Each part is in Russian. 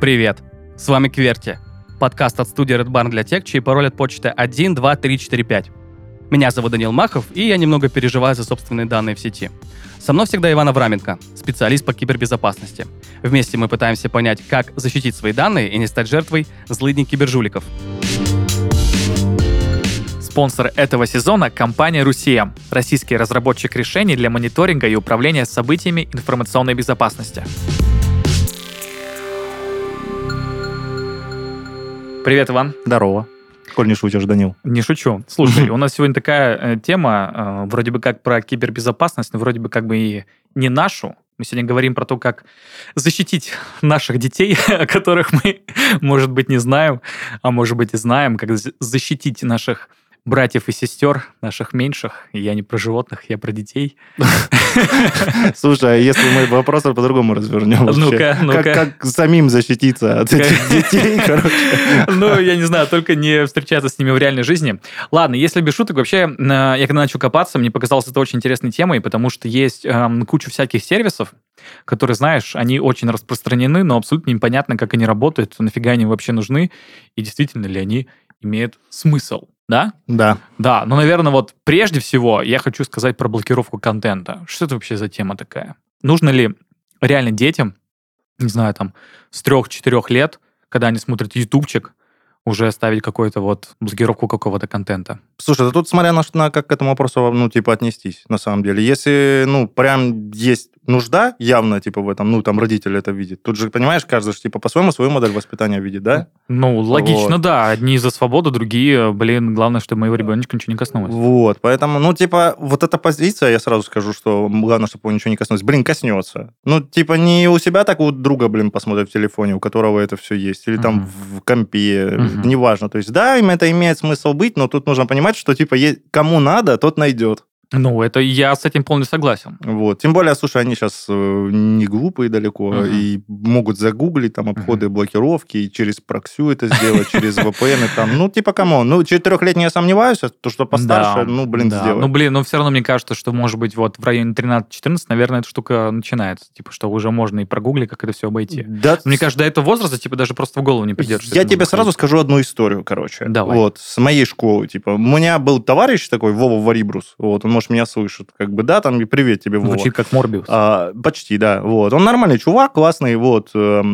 Привет! С вами Кверти, подкаст от студии Red Barn для тех, чей пароль от почты 12345. Меня зовут Данил Махов, и я немного переживаю за собственные данные в сети. Со мной всегда Иван Авраменко, специалист по кибербезопасности. Вместе мы пытаемся понять, как защитить свои данные и не стать жертвой злыдней кибержуликов. Спонсор этого сезона – компания «Русия», российский разработчик решений для мониторинга и управления событиями информационной безопасности. Привет, Иван. Здорово. Коль не шутишь, Данил. Не шучу. Слушай, у нас сегодня такая тема, вроде бы как про кибербезопасность, но вроде бы как бы и не нашу. Мы сегодня говорим про то, как защитить наших детей, о которых мы, может быть, не знаем, а может быть и знаем, как защитить наших братьев и сестер, наших меньших. Я не про животных, я про детей. Слушай, а если мы вопрос по-другому развернем? Ну-ка. Как самим защититься от этих детей, короче? Ну, я не знаю, только не встречаться с ними в реальной жизни. Ладно, если без шуток, вообще, я когда начал копаться, мне показалось это очень интересной темой, потому что есть куча всяких сервисов, которые, знаешь, они очень распространены, но абсолютно непонятно, как они работают, нафига они вообще нужны, и действительно ли они имеют смысл. Да? Да. Да, но, наверное, вот прежде всего я хочу сказать про блокировку контента. Что это вообще за тема такая? Нужно ли реально детям, не знаю, там, с 3-4 лет, когда они смотрят ютубчик, уже ставить какую-то вот блокировку какого-то контента? Слушай, да тут смотря на как к этому вопросу, отнестись, на самом деле. Если, прям есть нужда явно, в этом, там родители это видят. Тут же, понимаешь, каждый же, по-своему свою модель воспитания видит, да? Ну, логично, вот. Да. Одни за свободу, другие, главное, чтобы моего ребеночка ничего не коснулось. Вот, поэтому, вот эта позиция, я сразу скажу, что главное, чтобы его ничего не коснулось. Коснется. Не у себя так у друга, посмотрит в телефоне, у которого это все есть, или там в компе, неважно. То есть, да, им это имеет смысл быть, но тут нужно понимать, что, кому надо, тот найдет. Ну, это я с этим полностью согласен. Вот. Тем более, слушай, они сейчас не глупые далеко, и могут загуглить там обходы блокировки, и через проксю это сделать, через VPN, там, камон. 4-летний я сомневаюсь, а то, что постарше, сделать. Но все равно мне кажется, что, может быть, вот в районе 13-14, наверное, эта штука начинается, что уже можно и прогуглить, как это все обойти. Да. Мне кажется, до этого возраста, даже просто в голову не придет. Я тебе сразу скажу одну историю, короче. Давай. Вот, с моей школы, у меня был товарищ такой, Вова Варибрус, вот, он, может, меня слышит, и привет тебе, Вова. Звучит как Морбиус. Почти, да, вот. Он нормальный чувак, классный, вот,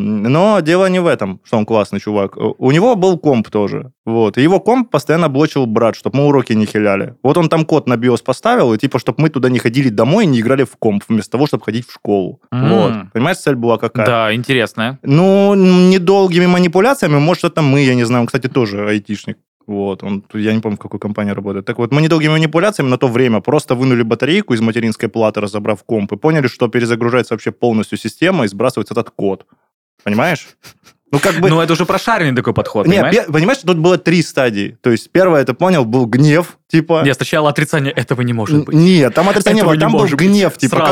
но дело не в этом, что он классный чувак. У него был комп тоже, вот, и его комп постоянно блочил брат, чтобы мы уроки не хиляли. Вот он там код на BIOS поставил, и чтобы мы туда не ходили домой и не играли в комп, вместо того, чтобы ходить в школу. Вот. Понимаешь, цель была какая? Да, интересная. Недолгими манипуляциями, может, это мы, я не знаю, он, кстати, тоже айтишник. Вот, я не помню, в какой компании работает. Так вот, мы недолгими манипуляциями на то время просто вынули батарейку из материнской платы, разобрав комп, и поняли, что перезагружается вообще полностью система и сбрасывается этот код. Понимаешь? Ну, это уже прошаренный такой подход, понимаешь? Нет, понимаешь, тут было 3 стадии. То есть, первое, ты понял, был гнев, Нет, сначала отрицание, этого не может быть. Нет, там отрицание было, там был гнев,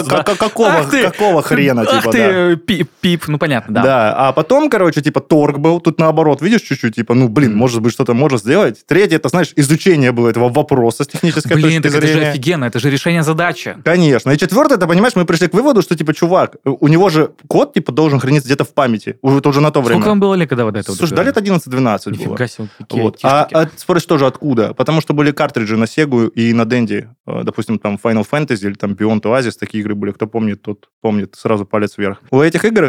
какого хрена, Ах ты, пип, понятно, да. Да, а потом, торг был, тут наоборот, видишь, чуть-чуть, может быть, что-то можно сделать. Третье, это, знаешь, изучение было этого вопроса с технической точки зрения. Это же офигенно, это же решение задачи. Конечно. И четвертое, ты понимаешь, мы пришли к выводу, что, чувак, у него же код, должен храниться где-то в памяти, уже на то время. Сколько вам было лет, когда вот это? Слушай, да, лет 11-12 было. Нифига себе. Вот. Споришь тоже откуда? Потому что были картриджи на Sega и на Dendy. Допустим, там Final Fantasy или там Beyond Oasis, такие игры были. Кто помнит, тот помнит. Сразу палец вверх. У этих игр,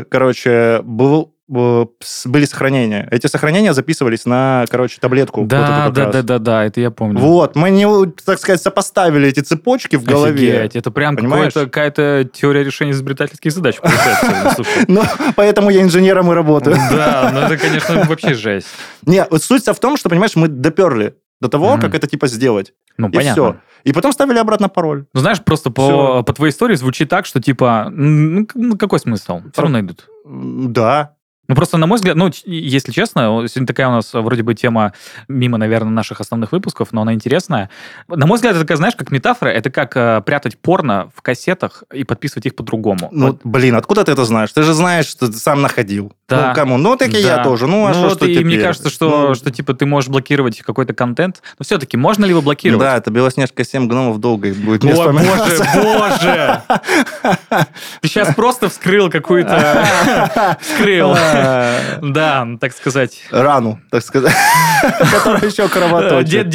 были сохранения. Эти сохранения записывались на, таблетку. Да, это я помню. Вот, мы, так сказать, сопоставили эти цепочки в голове. Офигеть, это прям какая-то теория решения изобретательских задач получается. Ну, поэтому я инженером и работаю. Да, это, конечно, вообще жесть. Нет, суть-то в том, что, понимаешь, мы доперли до того, как это, сделать. Ну, и понятно. Все. И потом ставили обратно пароль. Ну, знаешь, просто по твоей истории звучит так, что, какой смысл? Все равно идут. Да. Просто, на мой взгляд, если честно, сегодня такая у нас вроде бы тема мимо, наверное, наших основных выпусков, но она интересная. На мой взгляд, это такая, знаешь, как метафора, это как прятать порно в кассетах и подписывать их по-другому. Откуда ты это знаешь? Ты же знаешь, что ты сам находил. Да. Кому? Так и я тоже. Что и теперь? Мне кажется, что ты можешь блокировать какой-то контент. Но все-таки можно ли его блокировать? Да, это Белоснежка 7 гномов долго будет не вспоминаться. Боже! Ты сейчас просто вскрыл какую-то... Вскрыл. Да, так сказать. Рану, так сказать, которая еще кровоточит.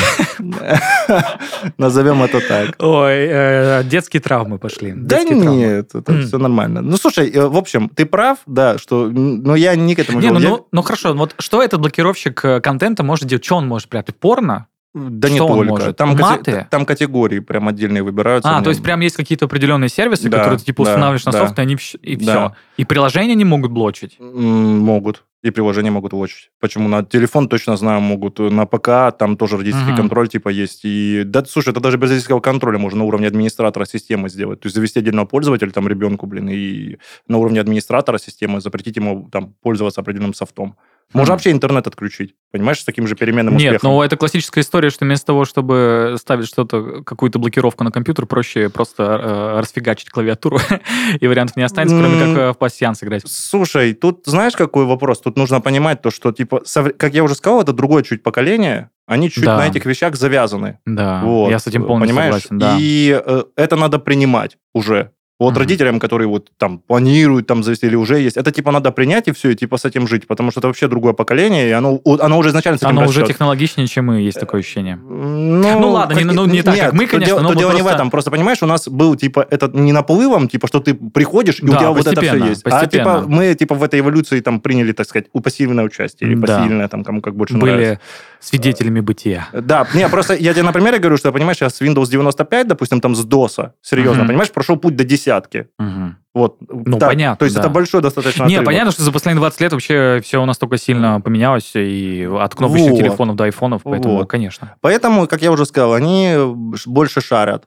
Назовем это так. Ой, детские травмы пошли. Да нет, это все нормально. Ну, слушай, в общем, ты прав, да, что... Ну, я не к этому... Ну, хорошо, вот что этот блокировщик контента может делать? Что он может прятать? Порно? Да не что он только. может? Маты? Там категории прям отдельные выбираются. То есть прям есть какие-то определенные сервисы, которые ты типа устанавливаешь на софт, и все. И приложения не могут блочить? Могут. И приложения могут блочить. Почему? На телефон, точно знаю, могут. На ПК там тоже родительский контроль типа есть. И, да, слушай, это даже без родительского контроля можно на уровне администратора системы сделать. То есть завести отдельного пользователя там ребенку, и на уровне администратора системы запретить ему там пользоваться определенным софтом. Можно вообще интернет отключить, понимаешь, с таким же переменным успехом. Нет, но это классическая история, что вместо того, чтобы ставить что-то, какую-то блокировку на компьютер, проще просто расфигачить клавиатуру, и вариантов не останется, кроме как в пасьянс играть. Слушай, тут знаешь, какой вопрос? Тут нужно понимать то, что, типа, как я уже сказал, это другое чуть поколение, они чуть на этих вещах завязаны. Да, вот, я с этим полностью согласен. Да. И это надо принимать уже. Вот родителям, которые вот там планируют там завести или уже есть, это типа надо принять и все, и типа с этим жить, потому что это вообще другое поколение, и оно уже изначально с этим Оно растет. уже технологичнее, чем мы, есть такое ощущение. Ну ладно, не так, как мы, конечно, но дело не в этом, просто понимаешь, у нас был типа этот не наплывом, типа что ты приходишь, и у тебя вот это все есть. А типа мы типа в этой эволюции там приняли, так сказать, пассивное участие, или пассивное, там кому как больше нравится. Были свидетелями бытия. Да, просто я тебе на примере говорю, что, понимаешь, я с Windows 95, допустим, там с DOS, серьезно, понимаешь, прошел путь до десятки. Вот, ну, так, понятно. То есть это большой достаточно отрывок. Понятно, что за последние 20 лет вообще все у нас только сильно поменялось, и от кнопочных телефонов до айфонов, поэтому, конечно. Поэтому, как я уже сказал, они больше шарят.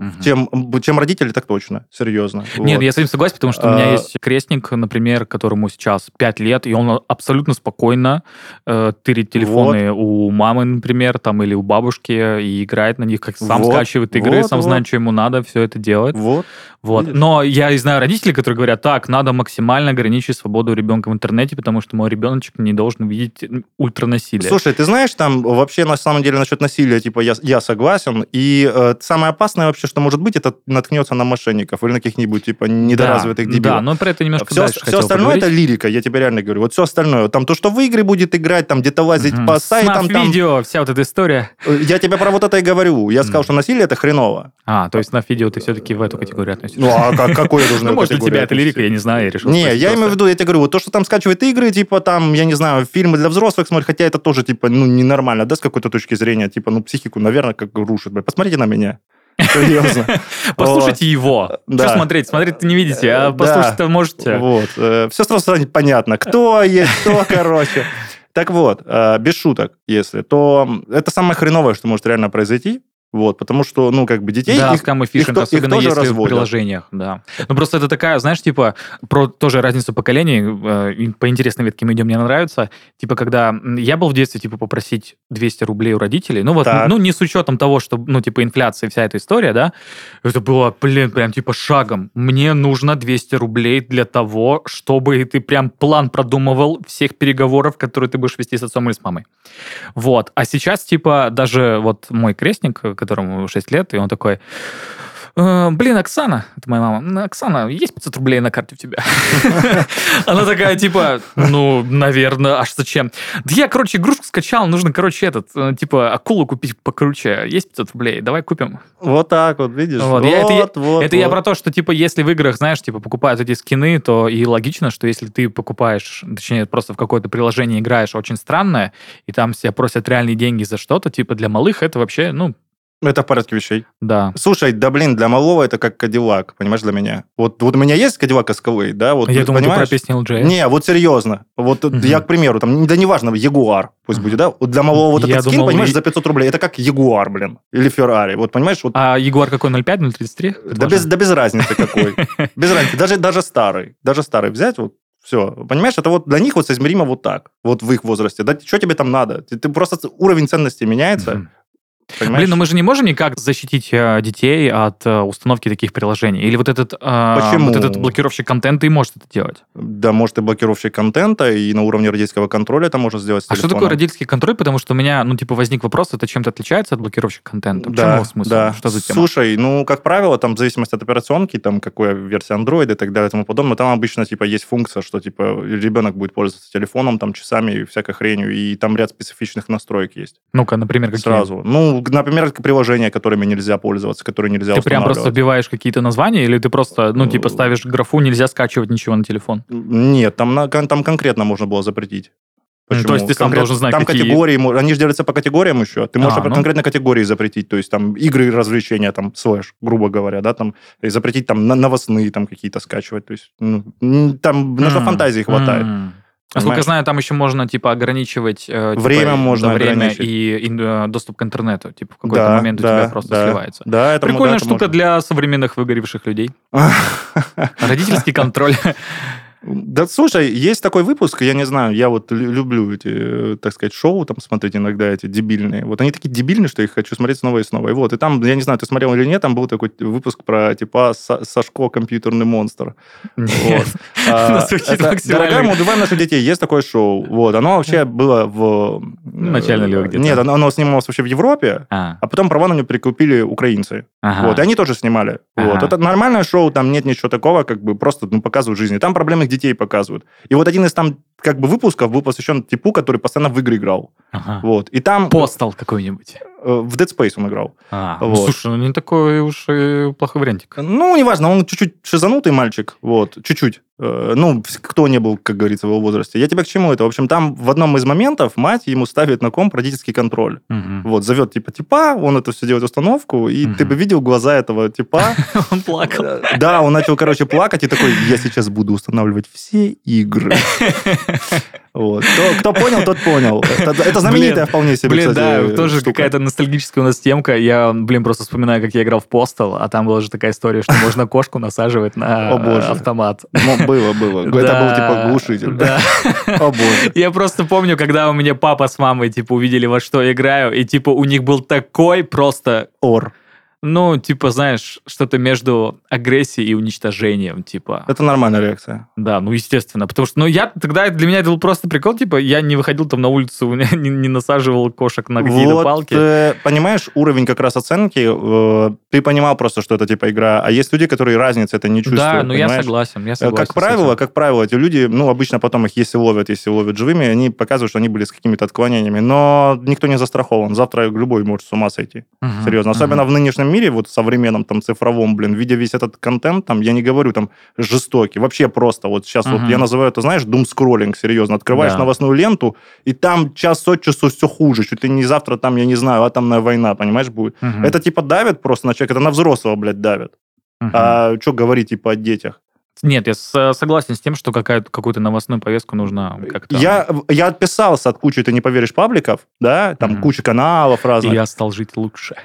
Чем родители, так точно, серьезно. Нет, я с этим согласен, потому что у меня есть крестник, например, которому сейчас 5 лет, и он абсолютно спокойно тырит телефоны у мамы, например, там, или у бабушки, и играет на них, как сам скачивает игры, сам знает, что ему надо, все это делает. Вот. Но я знаю родителей, которые говорят, так, надо максимально ограничить свободу ребенка в интернете, потому что мой ребеночек не должен видеть ультранасилие. Слушай, ты знаешь, там вообще на самом деле насчет насилия, типа, я согласен, и самое опасное вообще, что может быть, это наткнется на мошенников или на каких-нибудь, типа, недоразвитых дебилов. Да, но про это немножко дальше все остальное поговорить. Это лирика, я тебе реально говорю. Вот все остальное, там то, что в игры будет играть, там где-то лазить по сайтам. Видео, вся вот эта история. Я тебе про вот это и говорю. Я сказал, что насилие это хреново. То есть на видео ты все-таки в эту категорию относишься. Ну, а какой я должен? Ну, может, для тебя это лирика, я не знаю, я решил. Не, я имею в виду, я тебе говорю, вот то, что там скачивает игры, типа там, я не знаю, фильмы для взрослых смотрят, хотя это тоже, типа, ну, ненормально, да, с какой-то точки зрения, типа, ну, психику, наверное, как рушит. Посмотрите на меня. Серьезно. Послушайте его. Что смотреть? Смотреть-то не видите, а послушать-то можете. Вот. Все сразу станет понятно, кто есть, кто, короче. Так вот, без шуток, если, то это самое хреновое, что может реально произойти. Вот, потому что, ну, как бы детей... Да, скам и фишинг, особенно если разводят. В приложениях, да. Ну, просто это такая, знаешь, типа, про тоже разницу поколений, по интересной ветке мы идем, мне нравится, типа, когда я был в детстве, типа, попросить 200 рублей у родителей, ну, вот, ну, не с учетом того, что, ну, типа, инфляция и вся эта история, да, это было, блин, прям, типа, шагом. Мне нужно 200 рублей для того, чтобы ты прям план продумывал всех переговоров, которые ты будешь вести с отцом или с мамой. Вот. А сейчас, типа, даже вот мой крестник, которому 6 лет, и он такой, блин, Оксана, это моя мама, Оксана, есть 500 рублей на карте у тебя? Она такая, типа, ну, наверное, аж зачем? Да я, короче, игрушку скачал, нужно, короче, типа, акулу купить покруче, есть 500 рублей, давай купим. Вот так вот, видишь? Это я про то, что, типа, если в играх, знаешь, типа, покупают эти скины, то и логично, что если ты покупаешь, точнее, просто в какое-то приложение играешь очень странное, и там себя просят реальные деньги за что-то, типа, для малых это вообще, ну, это в порядке вещей. Да. Слушай, да блин, для малого это как Кадиллак, понимаешь, для меня. Вот у меня есть Кадиллак Escalade, да? Вот, я думаю, ты про песню LJ. Не, вот серьезно. Вот я, к примеру, там, да неважно, Ягуар пусть будет, да? Вот для малого вот этот скин, понимаешь, за 500 рублей, это как Ягуар, блин, или Феррари. Вот, понимаешь? Вот... А Ягуар какой, 0,5, 0,33? Да без разницы какой. Без разницы. Даже старый. Даже старый взять, вот, все, понимаешь, это вот для них вот соизмеримо вот так, вот в их возрасте. Да, что тебе там надо? Ты просто уровень ценностей меняется. Понимаешь? Блин, но мы же не можем никак защитить детей от установки таких приложений. Или вот этот блокировщик контента и может это делать? Да, может и блокировщик контента, и на уровне родительского контроля это можно сделать с А что телефоном. такое родительский контроль? Потому что у меня, возник вопрос, это чем-то отличается от блокировщика контента? В чем Да, его смысл? да. Что за тема? Слушай, как правило, там в зависимости от операционки, там какая версия Android и так далее и тому подобное, там обычно есть функция, что ребенок будет пользоваться телефоном там часами и всякой хренью, и там ряд специфичных настроек есть. Ну-ка, например, какие? Сразу. Например, приложения, которыми нельзя пользоваться, которые нельзя Ты прям устанавливать. просто вбиваешь какие-то названия, или ты просто, ставишь графу, нельзя скачивать ничего на телефон? Нет, там конкретно можно было запретить. Почему? То есть ты сам должен знать, там какие... категории, они же делятся по категориям еще. Ты можешь конкретно категории запретить, то есть там игры и развлечения, там, грубо говоря, да, там, и запретить там новостные там какие-то скачивать, то есть там на что фантазии хватает. Насколько я знаю, там еще можно, ограничивать время можно ограничить. И доступ к интернету. В какой-то момент у тебя просто сливается. Да, это прикольная штука можно. для современных выгоревших людей. Родительский контроль. Да, слушай, есть такой выпуск, я не знаю, я люблю эти, так сказать, шоу там смотреть иногда, эти дебильные. Они такие дебильные, что я их хочу смотреть снова и снова. И там, я не знаю, ты смотрел или нет, там был такой выпуск про, Сашко, компьютерный монстр. Нет. Дорогая, мы убиваем наших детей. Есть такое шоу. Оно вообще было в... Начально ли где-то? Нет, оно снималось вообще в Европе, а потом права на него прикупили украинцы. И они тоже снимали. Это нормальное шоу, там нет ничего такого, просто показывают жизнь. И там проблемных детей показывают. И один из там выпусков был посвящен типу, который постоянно в игры играл. И там... Постал какой-нибудь. В Dead Space он играл. Слушай, не такой уж и плохой вариантик. Неважно, он чуть-чуть шизанутый мальчик, чуть-чуть. Кто не был, как говорится, в его возрасте. Я тебя к чему это? В общем, там в одном из моментов мать ему ставит на комп родительский контроль. Зовет типа, он это все делает установку, и ты бы видел глаза этого типа. Он плакал. Да, он начал, плакать и такой, я сейчас буду устанавливать все игры. Кто понял, тот понял. Это знаменитая вполне себе, Блин, кстати, да, тоже штука. какая-то ностальгическая у нас темка. Я, просто вспоминаю, как я играл в Postal, а там была же такая история, что можно кошку насаживать на автомат. Было. Это был глушитель. Да. О, боже. Я просто помню, когда у меня папа с мамой, увидели, во что я играю, и, у них был такой просто... знаешь, что-то между агрессией и уничтожением, Это нормальная реакция. Да, естественно. Потому что, тогда для меня это был просто прикол, я не выходил там на улицу, не насаживал кошек на какие-то палки. Понимаешь, уровень как раз оценки, ты понимал просто, что это игра, а есть люди, которые разницы это не чувствуют. Да, я согласен. Как правило, эти люди, обычно потом их, если ловят живыми, они показывают, что они были с какими-то отклонениями, но никто не застрахован. Завтра любой может с ума сойти. Серьезно. Особенно в нынешнем мире, современном, цифровом, видя весь этот контент, я не говорю, жестокий, вообще просто, сейчас я называю это, знаешь, думскроллинг, серьезно. Открываешь новостную ленту, и там час от часу все хуже, чуть ли не завтра я не знаю, атомная война, понимаешь, будет. Это давит просто на человека, это на взрослого, давит. А что говорить, о детях? Нет, я согласен с тем, что какую-то новостную повестку нужно как-то... Я отписался от кучи, ты не поверишь, пабликов, да, куча каналов разных. И я стал жить лучше.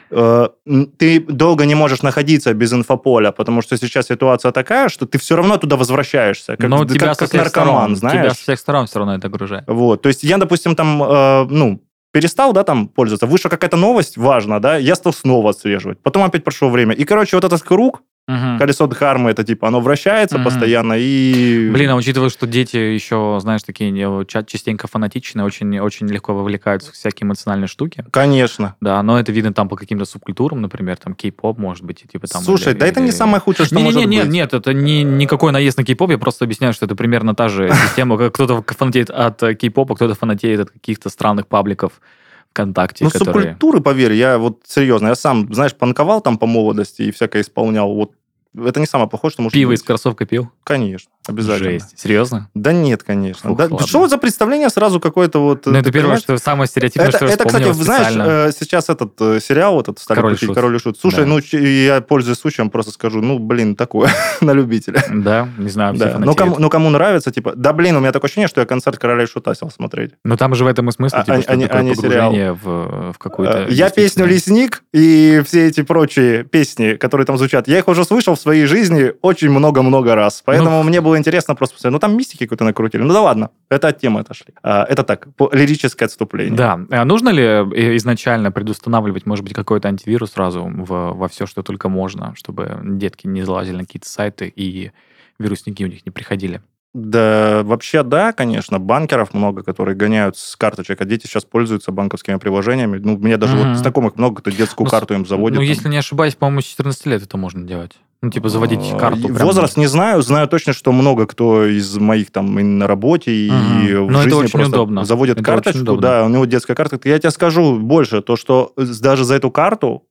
Ты долго не можешь находиться без инфополя, потому что сейчас ситуация такая, что ты все равно туда возвращаешься, как наркоман, знаешь. Тебя с всех сторон все равно это окружает. То есть я, допустим, перестал, пользоваться, вышла какая-то новость, важно, да, я стал снова отслеживать, потом опять прошло время. И, этот круг, колесо Дхармы, это оно вращается постоянно и... Блин, а учитывая, что дети еще, знаешь, такие частенько фанатичные, очень, очень легко вовлекаются в всякие эмоциональные штуки. Конечно. Да, но это видно по каким-то субкультурам, например, кей-поп, может быть, и Слушай, это не самое худшее, что может быть. Нет, это никакой наезд на кей-поп, я просто объясняю, что это примерно та же система. Кто-то фанатеет от кей-попа, кто-то фанатеет от каких-то странных пабликов ВКонтакте, которые... субкультуры, поверь, я серьезно, я сам, знаешь, панковал по молодости и всякое исполнял, это не самое плохое, что может Пиво быть. из кроссовка пил? Конечно, обязательно. Жесть. Серьезно? Да нет, конечно. Ладно. Что за представление сразу какое-то это первое, что самое стереотипное, что я вспомнил. Кстати, знаешь, сейчас этот сериал стали крутить «Король и Шут». Слушай, я, пользуясь случаем, просто скажу, такое, на любителя. Да, не знаю, все фанатеют. Кому нравится, у меня такое ощущение, что я концерт «Короля и Шута» сел смотреть. Там же в этом и смысл, что это такое погружение в какую-то... Я песню «Лесник» и все эти прочие песни, которые там звучат, я их уже слышал в своей жизни очень много-много раз. Поэтому мне было интересно просто посмотреть. Ну, там мистики какой-то накрутили. Ну, да ладно. Это от темы отошли. Это так, лирическое отступление. Да. А нужно ли изначально предустанавливать, может быть, какой-то антивирус сразу во все, что только можно, чтобы детки не залазили на какие-то сайты и вирусники у них не приходили? Да, вообще, да, конечно. Банкеров много, которые гоняют с карточек, а дети сейчас пользуются банковскими приложениями. Ну, у меня даже вот знакомых много, кто детскую карту им заводит. Ну, там. если не ошибаюсь, по-моему, с 14 лет это можно делать. Ну, типа, заводить карту. Прям... Возраст не знаю. Знаю точно, что много кто из моих там и на работе, и в Но жизни это очень просто удобно. заводит Это карточку. Да, у него детская карта. Я тебе скажу больше, то, что даже за эту карту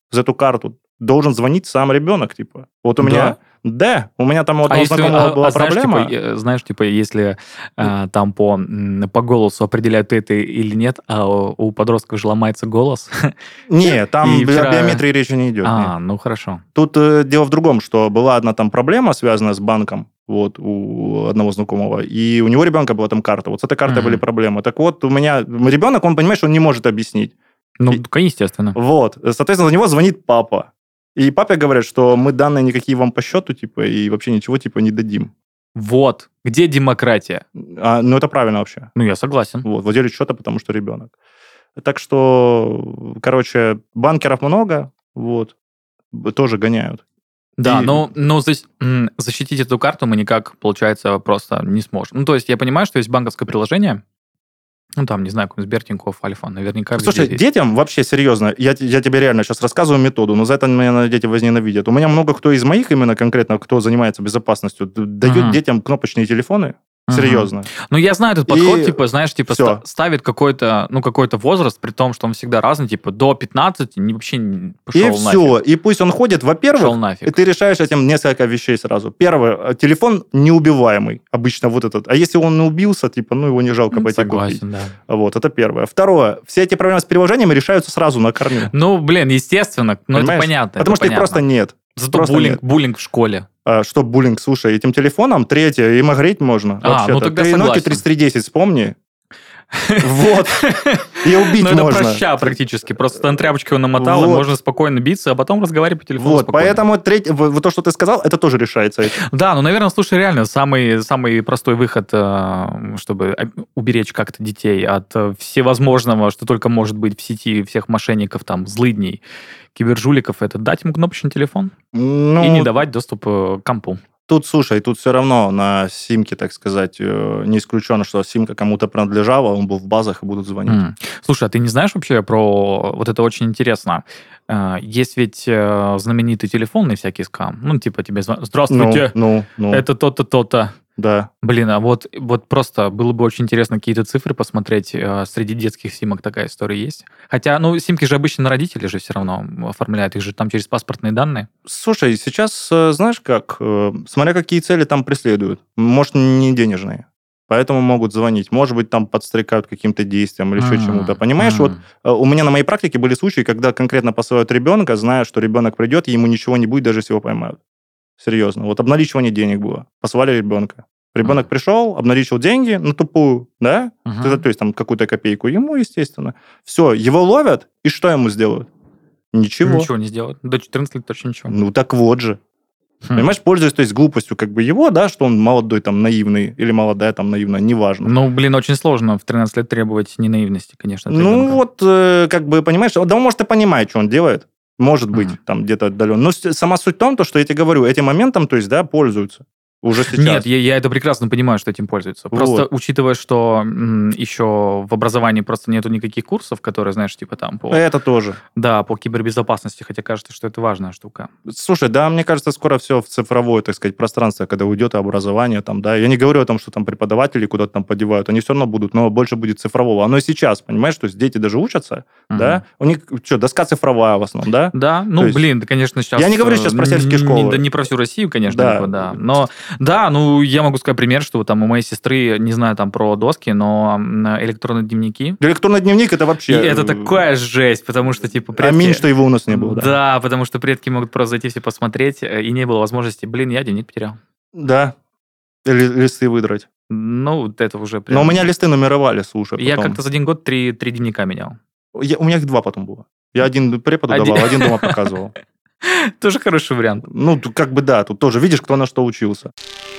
должен звонить сам ребенок, типа. Вот у меня... Да, у меня там у одного знакомого была проблема. Знаешь, типа, если там по голосу определяют это или нет, а у подростков же ломается голос. Не, там о биометрии речи не идет. Ну хорошо. Тут дело в другом, что была одна там проблема, связанная с банком, вот, у одного знакомого, и у него ребенка была там карта. Вот с этой картой были проблемы. Так вот, у меня ребенок, он понимает, что он не может объяснить. Ну, естественно. Вот. Соответственно, за него звонит папа. И папе говорят, что мы данные никакие вам по счету, типа, и вообще ничего, типа, не дадим. Вот. Где демократия? Ну, это правильно вообще. Ну, я согласен. Вот, владелец счета, потому что ребенок. Так что, короче, банкеров много, вот, тоже гоняют. Да, но защитить эту карту мы никак, получается, просто не сможем. Ну, то есть я понимаю, что есть банковское приложение, ну, там, не знаю, какой-нибудь Сбер, Тинькофф, Альфа, наверняка. Слушай, детям вообще серьезно, я тебе реально сейчас рассказываю методу, но за это меня дети возненавидят. У меня много кто из моих именно конкретно, кто занимается безопасностью, дают детям кнопочные телефоны. Серьезно. Ну, я знаю этот подход, типа, знаешь, типа, ставит какой-то возраст, при том, что он всегда разный, типа, до 15, вообще пошел нафиг. И все, и пусть он ходит, во-первых, и ты решаешь этим несколько вещей сразу. Первое, телефон неубиваемый, обычно вот этот. А если он не убился, типа, ну, его не жалко пойти купить. Да. Вот, это первое. Второе, все эти проблемы с приложениями решаются сразу на корню. Ну, блин, естественно, но это понятно. Потому что их просто нет. Зато буллинг в школе. Что буллинг? Слушай, этим телефоном третье, им огреть можно. Ну тогда ты согласен. Nokia 3310 вспомни. Вот. И убить можно. Ну, это проща практически. Просто на тряпочку его намотал, и можно спокойно биться, а потом разговаривать по телефону вот, спокойно. Поэтому вот то, что ты сказал, это тоже решается этим. Да, ну, наверное, слушай, реально, самый простой выход, чтобы уберечь как-то детей от всевозможного, что только может быть в сети, всех мошенников, там, злыдней, кибержуликов, это дать ему кнопочный телефон и не давать доступ к компу. Тут, слушай, тут все равно на симке, так сказать, не исключено, что симка кому-то принадлежала, он был в базах и будут звонить. Слушай, а ты не знаешь вообще про... Вот это очень интересно. Есть ведь знаменитый телефонный всякий скам. Ну, типа тебе звонят. Здравствуйте, это то-то, то-то. Да. Блин, а вот просто было бы очень интересно какие-то цифры посмотреть. Среди детских симок такая история есть. Хотя, ну, симки же обычно на родители же все равно оформляют. Их же там через паспортные данные. Слушай, сейчас, знаешь как, смотря какие цели там преследуют. Может, не денежные. Поэтому могут звонить. Может быть, там подстрекают каким-то действиям или еще чему-то. Понимаешь, вот у меня на моей практике были случаи, когда конкретно посылают ребенка, зная, что ребенок придет, и ему ничего не будет, даже если его поймают. Серьезно. Вот обналичивание денег было. Послали ребенка. Ребенок пришел, обналичил деньги на тупую, да? То есть там какую-то копейку ему, естественно. Все, его ловят, и что ему сделают? Ничего. Ничего не сделают. До 14 лет точно ничего. Ну так вот же. Понимаешь, пользуясь, то есть, глупостью как бы его, да, что он молодой, там, наивный, или молодая, там, наивная, неважно. Ну, блин, очень сложно в 13 лет требовать не наивности, конечно. Ну, вот, как бы, понимаешь, да, может, и понимает, что он делает. Может быть, там, где-то отдаленно. Но сама суть в том, то, что я тебе говорю, этим моментом, то есть, да, пользуются. Уже сейчас. Нет, я это прекрасно понимаю, что этим пользуются. Просто учитывая, что еще в образовании просто нету никаких курсов, которые, знаешь, типа там по... Это тоже. Да, по кибербезопасности, хотя кажется, что это важная штука. Слушай, да, мне кажется, скоро все в цифровое, так сказать, пространство, когда уйдет образование там, да. Я не говорю о том, что там преподаватели куда-то там подевают, они все равно будут, но больше будет цифрового. Оно и сейчас, понимаешь, то есть дети даже учатся, да, у них что, доска цифровая в основном, да? Да, ну, есть... блин, конечно, сейчас... Я не говорю сейчас про сельские школы. Не про всю Россию, конечно, да. Но, да, ну, я могу сказать пример, что там у моей сестры, не знаю там про доски, но электронные дневники. Электронный дневник это вообще... И это такая жесть, потому что типа предки... Аминь, что его у нас не было. Да, потому что предки могут просто зайти все посмотреть, и не было возможности, блин, я дневник потерял. Да, или листы выдрать. Ну, это уже прям... Но у меня листы нумеровали, слушай. Я как-то за один год 3 дневника менял. У меня их 2 потом было. Я один преподу давал, один дома показывал. Тоже хороший вариант. Ну, как бы да, тут тоже видишь, кто на что учился.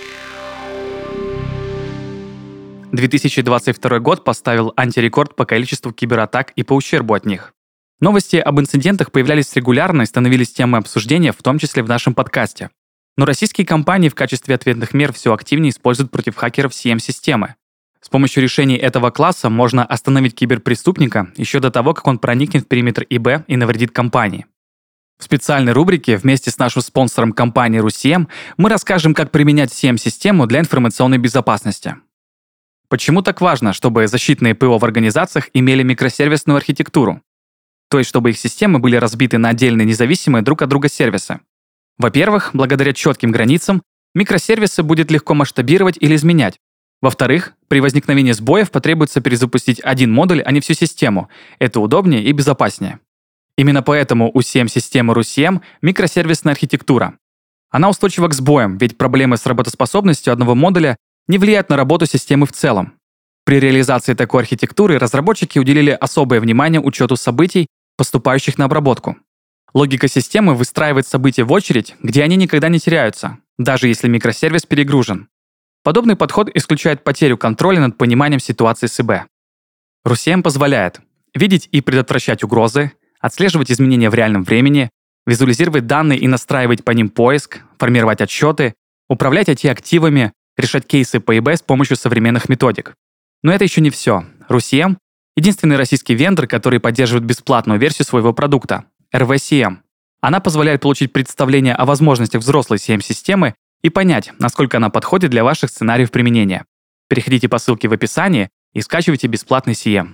2022 год поставил антирекорд по количеству кибератак и по ущербу от них. Новости об инцидентах появлялись регулярно и становились темой обсуждения, в том числе в нашем подкасте. Но российские компании в качестве ответных мер все активнее используют против хакеров CM-системы. С помощью решений этого класса можно остановить киберпреступника еще до того, как он проникнет в периметр ИБ и навредит компании. В специальной рубрике вместе с нашим спонсором компанией RusCM мы расскажем, как применять CM-систему для информационной безопасности. Почему так важно, чтобы защитные ПО в организациях имели микросервисную архитектуру? То есть, чтобы их системы были разбиты на отдельные независимые друг от друга сервисы. Во-первых, благодаря четким границам, микросервисы будет легко масштабировать или изменять. Во-вторых, при возникновении сбоев потребуется перезапустить один модуль, а не всю систему. Это удобнее и безопаснее. Именно поэтому у CM-системы RusCM микросервисная архитектура. Она устойчива к сбоям, ведь проблемы с работоспособностью одного модуля не влияют на работу системы в целом. При реализации такой архитектуры разработчики уделили особое внимание учету событий, поступающих на обработку. Логика системы выстраивает события в очередь, где они никогда не теряются, даже если микросервис перегружен. Подобный подход исключает потерю контроля над пониманием ситуации с ИБ. RusCM позволяет видеть и предотвращать угрозы, отслеживать изменения в реальном времени, визуализировать данные и настраивать по ним поиск, формировать отчеты, управлять IT-активами, решать кейсы по ИБ с помощью современных методик. Но это еще не все. RusCM — единственный российский вендор, который поддерживает бесплатную версию своего продукта — RVCM. Она позволяет получить представление о возможностях взрослой CM-системы и понять, насколько она подходит для ваших сценариев применения. Переходите по ссылке в описании и скачивайте бесплатный CM.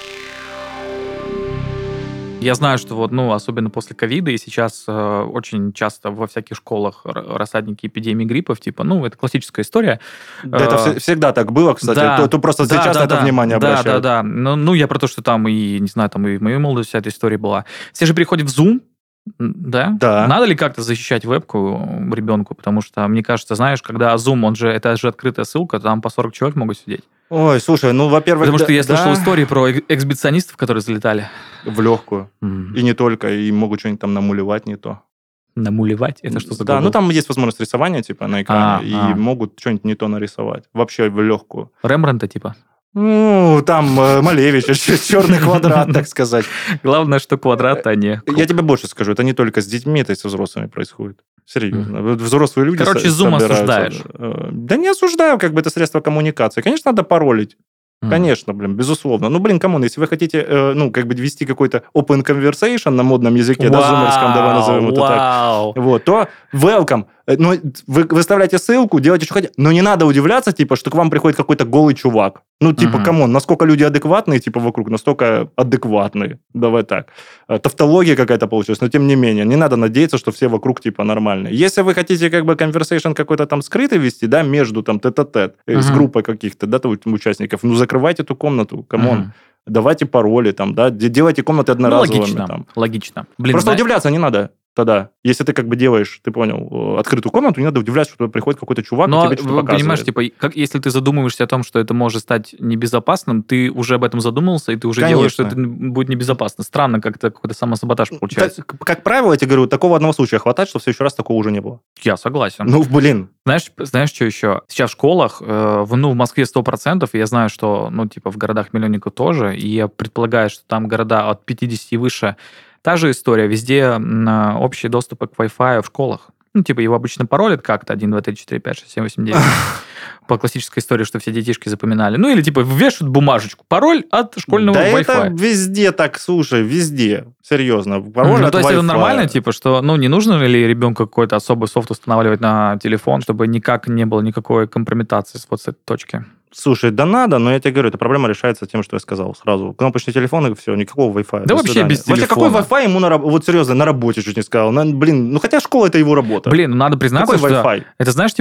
Я знаю, что вот, особенно после ковида, и сейчас очень часто во всяких школах рассадники эпидемии гриппов, это классическая история. Да, это всегда так было, кстати. Да, то просто сейчас на это внимание обращают. Да. Ну, я про то, что там и, не знаю, там и в моей молодости вся эта история была. Все же переходят в Zoom, да? Да. Надо ли как-то защищать вебку ребенку? Потому что, мне кажется, знаешь, когда Zoom, это же открытая ссылка, там по 40 человек могут сидеть. Ой, слушай, во-первых... Потому что я слышал истории про эксбиционистов, которые залетали. В легкую. И не только, и могут что-нибудь там намулевать не то. Намулевать? Это что за Да, глагол? там есть возможность рисования, на экране, и могут что-нибудь не то нарисовать. Вообще в легкую. Рембрандта, Там Малевич, черный квадрат, так сказать. Главное, что квадрат, а не круг. Я тебе больше скажу, это не только с детьми, это и со взрослыми происходит. Серьезно. Взрослые люди Zoom осуждаешь? Да не осуждаю, это средство коммуникации. Конечно, надо паролить. Конечно, безусловно. Камон, если вы хотите, вести какой-то open conversation на модном языке, да, зумерском, давай назовем это так, то welcome. Вы выставляете ссылку, делаете, что хотите, но не надо удивляться, что к вам приходит какой-то голый чувак. Камон, насколько люди адекватные, вокруг, настолько адекватные. Давай так. Тавтология какая-то получилась, но тем не менее, не надо надеяться, что все вокруг, нормальные. Если вы хотите, conversation какой-то там скрытый вести, да, между тет-а-тет, с группой каких-то, да, участников, закрывайте эту комнату, камон. Давайте пароли, да, делайте комнаты одноразовыми. Логично. Просто удивляться не надо. Тогда, если ты делаешь, ты понял, открытую комнату, не надо удивляться, что приходит какой-то чувак, и тебе что-то показывает. Понимаешь, если ты задумываешься о том, что это может стать небезопасным, ты уже об этом задумался, и ты уже делаешь, что это будет небезопасно. Странно, как-то какой-то самосаботаж получается. Как правило, я тебе говорю, такого одного случая хватает, что в следующий раз такого уже не было. Я согласен. Знаешь, что еще? Сейчас в школах, в Москве 100%, я знаю, что, в городах-миллионниках тоже, и я предполагаю, что там города от 50 и выше. Та же история, везде общие доступы к Wi-Fi в школах. Его обычно паролят как-то 1, 2, 3, 4, 5, 6, 7, 8, 9. По классической истории, что все детишки запоминали. Или вешают бумажечку. Пароль от школьного Wi-Fi. Да это везде так, слушай, везде. Серьезно. Пароль от то есть Wi-Fi. Это нормально, что, не нужно ли ребенку какой-то особый софт устанавливать на телефон, чтобы никак не было никакой компрометации с этой точки? Слушай, да надо, но я тебе говорю, эта проблема решается тем, что я сказал сразу. Кнопочный телефон, и все, никакого Wi-Fi. Да вообще без телефона. Какой Wi-Fi ему, серьезно, на работе чуть не сказал. Хотя школа – это его работа. Надо признаться, какой Wi-Fi? Это, знаешь,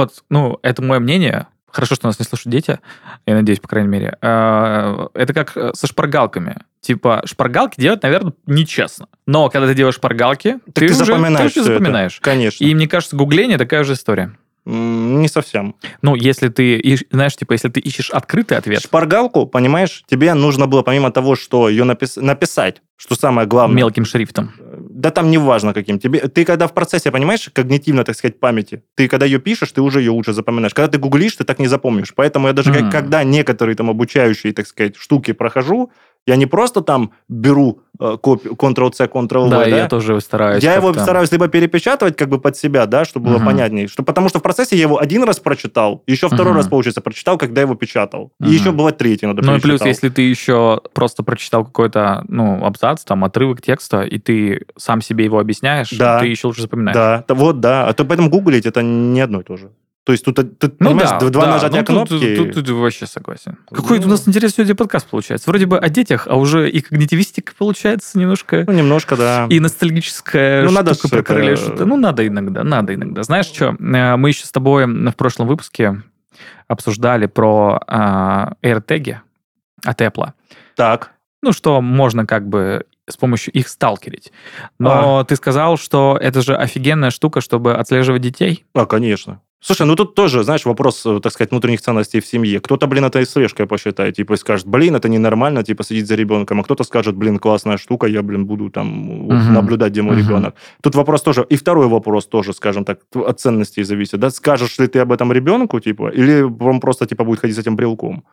это мое мнение. Хорошо, что нас не слушают дети, я надеюсь, по крайней мере. Это как со шпаргалками. Шпаргалки делать, наверное, нечестно. Но когда ты делаешь шпаргалки, ты уже запоминаешь. Конечно. И мне кажется, гугление такая же история. Не совсем. Если ты, знаешь, если ты ищешь открытый ответ. Шпаргалку, понимаешь, тебе нужно было, помимо того, что ее написать, что самое главное. Мелким шрифтом. Да там не важно каким. Ты когда в процессе, понимаешь, когнитивно, так сказать, памяти, ты когда ее пишешь, ты уже ее лучше запоминаешь. Когда ты гуглишь, ты так не запомнишь. Поэтому я даже, когда некоторые там обучающие, так сказать, штуки прохожу, я не просто там беру Ctrl-C, Ctrl-V, да? Я тоже стараюсь. Я его стараюсь либо перепечатывать как бы под себя, да, чтобы было понятнее. Потому что в процессе я его один раз прочитал, еще второй раз, получается, прочитал, когда его печатал. И еще бывает третий надо перечитал. Ну и плюс, если ты еще просто прочитал какой-то, абзац, там, отрывок текста, и ты сам себе его объясняешь, ты еще лучше запоминаешь. Да. А то поэтому гуглить это не одно и то же. То есть тут понимаешь, два нажатия кнопки. Тут вообще согласен. Какой у нас интересный сегодня подкаст получается. Вроде бы о детях, а уже и когнитивистика получается немножко. Немножко, да. И ностальгическая штука про короля что-то. Надо иногда. Знаешь что, мы еще с тобой в прошлом выпуске обсуждали про AirTag от Apple. Так. Что можно как бы с помощью их сталкерить. Но ты сказал, что это же офигенная штука, чтобы отслеживать детей. Конечно. Слушай, тут тоже, знаешь, вопрос, так сказать, внутренних ценностей в семье. Кто-то, это и слежкой посчитает, скажет, это ненормально, сидеть за ребенком, а кто-то скажет, классная штука, я, буду там наблюдать, где мой ребенок. Тут вопрос тоже, и второй вопрос тоже, скажем так, от ценностей зависит, да, скажешь ли ты об этом ребенку, или он просто, будет ходить с этим брелком.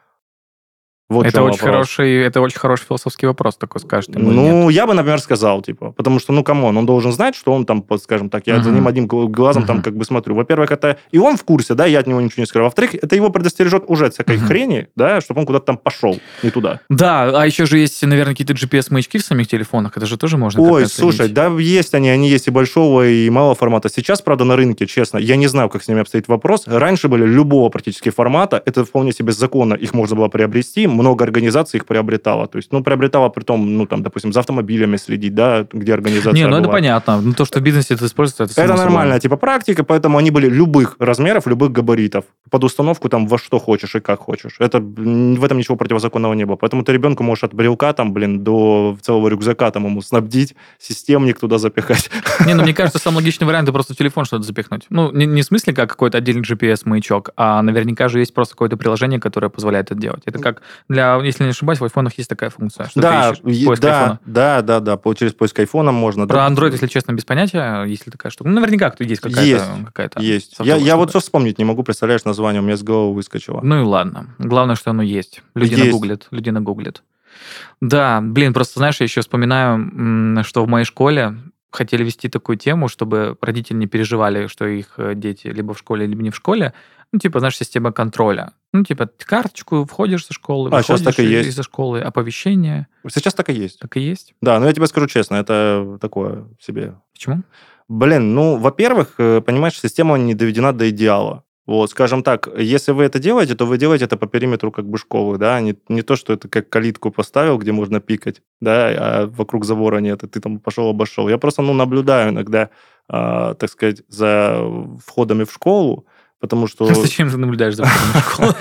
Вот это очень хороший философский вопрос такой, скажешь. Я бы, например, сказал, потому что, камон, он должен знать, что он там, скажем так, я за ним одним глазом там как бы смотрю. Во-первых, это и он в курсе, да, я от него ничего не скрываю. Во-вторых, это его предостережет уже от всякой хрени, да, чтобы он куда-то там пошел, не туда. Да, а еще же есть, наверное, какие-то GPS-маячки в самих телефонах, это же тоже можно Ой, слушай, да, есть они есть и большого, и малого формата. Сейчас, правда, на рынке, честно, я не знаю, как с ними обстоит вопрос. Раньше были любого практически формата, это вполне себе законно, их можно было приобрести, много организаций их приобретало. То есть, приобретало при том, допустим, за автомобилями следить, да, где организация была. Это понятно. То, что в бизнесе это используется, это нормальная практика, поэтому они были любых размеров, любых габаритов. Под установку там во что хочешь и как хочешь. В этом ничего противозаконного не было. Поэтому ты ребенку можешь от брелка там, до целого рюкзака там ему снабдить, системник туда запихать. Мне кажется, самый логичный вариант это просто в телефон что-то запихнуть. Не в смысле как какой-то отдельный GPS-маячок, а наверняка же есть просто какое-то приложение, которое позволяет это делать. Это как если не ошибаюсь, в айфонах есть такая функция, что ты ищешь поиск айфона. Да, через поиск айфона можно. Про Android, если честно, без понятия, есть ли такая штука. Наверняка есть какая-то. Есть. Я вот все вспомнить не могу, представляешь, название у меня с головы выскочило. Ну и ладно. Главное, что оно есть. Люди нагуглят. Да, просто, знаешь, я еще вспоминаю, что в моей школе хотели вести такую тему, чтобы родители не переживали, что их дети либо в школе, либо не в школе. Система контроля. Карточку, входишь со школы, выходишь из-за школы, оповещение. Сейчас так и есть. Так и есть? Да, но я тебе скажу честно, это такое себе. Почему? Во-первых, понимаешь, система не доведена до идеала. Вот, скажем так, если вы это делаете, то вы делаете это по периметру как бы школы, да, не то, что это как калитку поставил, где можно пикать, да, а вокруг забора нет, и ты там пошел, обошел. Я просто, наблюдаю иногда, так сказать, за входами в школу, потому что... Зачем ты наблюдаешь за входами в школу?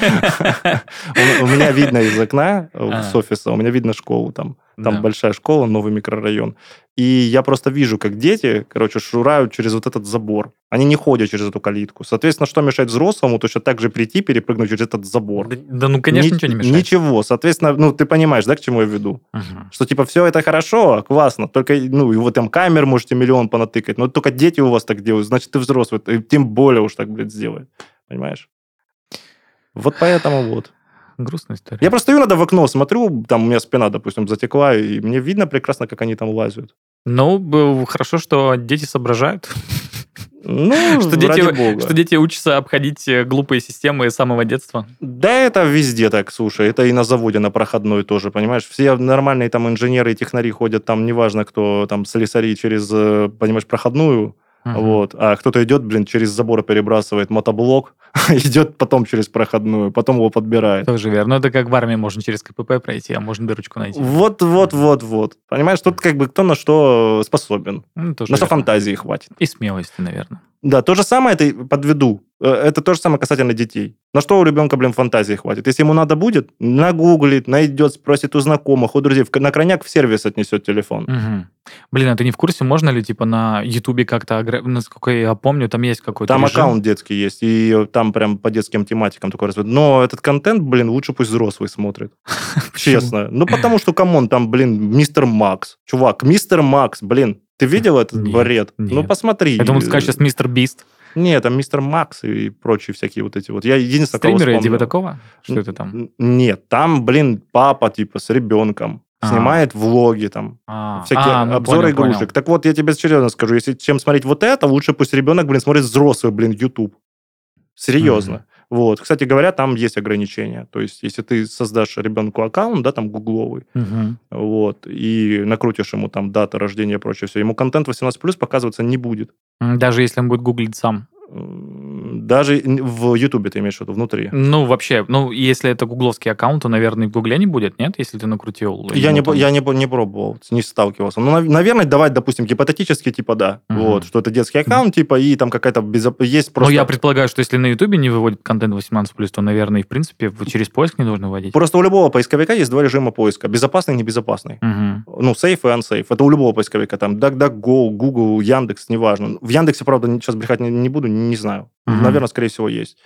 У меня видно из окна с офиса, у меня видно школу там. Там большая школа, новый микрорайон. И я просто вижу, как дети, шурают через вот этот забор. Они не ходят через эту калитку. Соответственно, что мешает взрослому точно так же прийти, перепрыгнуть через этот забор? Да, конечно, ничего не мешает. Ничего. Соответственно, ты понимаешь, да, к чему я веду? Что, все это хорошо, классно, только, и вот там камер можете миллион понатыкать, но только дети у вас так делают, значит, ты взрослый, тем более уж так, сделает. Понимаешь? Вот поэтому вот. Грустная история. Я просто иногда в окно смотрю, там у меня спина, допустим, затекла, и мне видно прекрасно, как они там лазят. Хорошо, что дети соображают. Ради бога. Что дети учатся обходить глупые системы с самого детства. Да, это везде так, слушай. Это и на заводе, на проходной тоже, понимаешь? Все нормальные там инженеры и технари ходят, там неважно, кто там слесари через, понимаешь, проходную, вот, а кто-то идет, через забор перебрасывает мотоблок, идет потом через проходную, потом его подбирает. Тоже верно. Это как в армии можно через КПП пройти, а можно дырочку найти. Вот. Понимаешь, тут как бы кто на что способен. На что фантазии хватит. И смелости, наверное. Да, то же самое это подведу. Это то же самое касательно детей. На что у ребенка, фантазии хватит? Если ему надо будет, нагуглит, найдет, спросит у знакомых, у друзей, на крайняк в сервис отнесет телефон. Угу. А ты не в курсе, можно ли на Ютубе как-то, насколько я помню, там есть какой-то там режим? Аккаунт детский есть, и там прям по детским тематикам такой развит. Но этот контент, лучше пусть взрослый смотрит. Честно. Потому что, камон, там, мистер Макс. Чувак, мистер Макс, Ты видел этот Нет, бред? нет. Ну, посмотри. Я думал, ты скажешь сейчас Мистер Бист. Нет, там Мистер Макс и прочие всякие вот эти вот. Я единственное, кого Стримеры вспомнил. типа такого? Что это там? Нет, там, блин, папа типа с ребенком снимает влоги там, всякие обзоры игрушек. Понял. Так вот, я тебе серьезно скажу, если чем смотреть вот это, лучше пусть ребенок, блин, смотрит взрослый, блин, YouTube. Серьезно. Вот. Кстати говоря, там есть ограничения. То есть, если ты создашь ребенку аккаунт, да, там, гугловый, вот, и накрутишь ему там дата рождения и прочее, все, ему контент 18+, показываться не будет. Даже если он будет гуглить сам? Даже в Ютубе ты имеешь в виду, внутри. Ну, вообще, если это гугловский аккаунт, то, наверное, в Гугле не будет, нет? Если ты накрутил. Я не пробовал, не сталкивался. Ну, наверное, давать, допустим, гипотетически, типа, да. Вот, что это детский аккаунт, типа, и там какая-то есть просто... Ну, я предполагаю, что если на Ютубе не выводит контент 18+, то, наверное, и, в принципе, через поиск не нужно вводить. Просто у любого поисковика есть два режима поиска. Безопасный и небезопасный. Ну, safe и unsafe. Это у любого поисковика. Там DuckDuckGo, Google, Яндекс, неважно. В Яндексе, правда, сейчас брехать не буду, не знаю. Наверное, скорее всего, есть.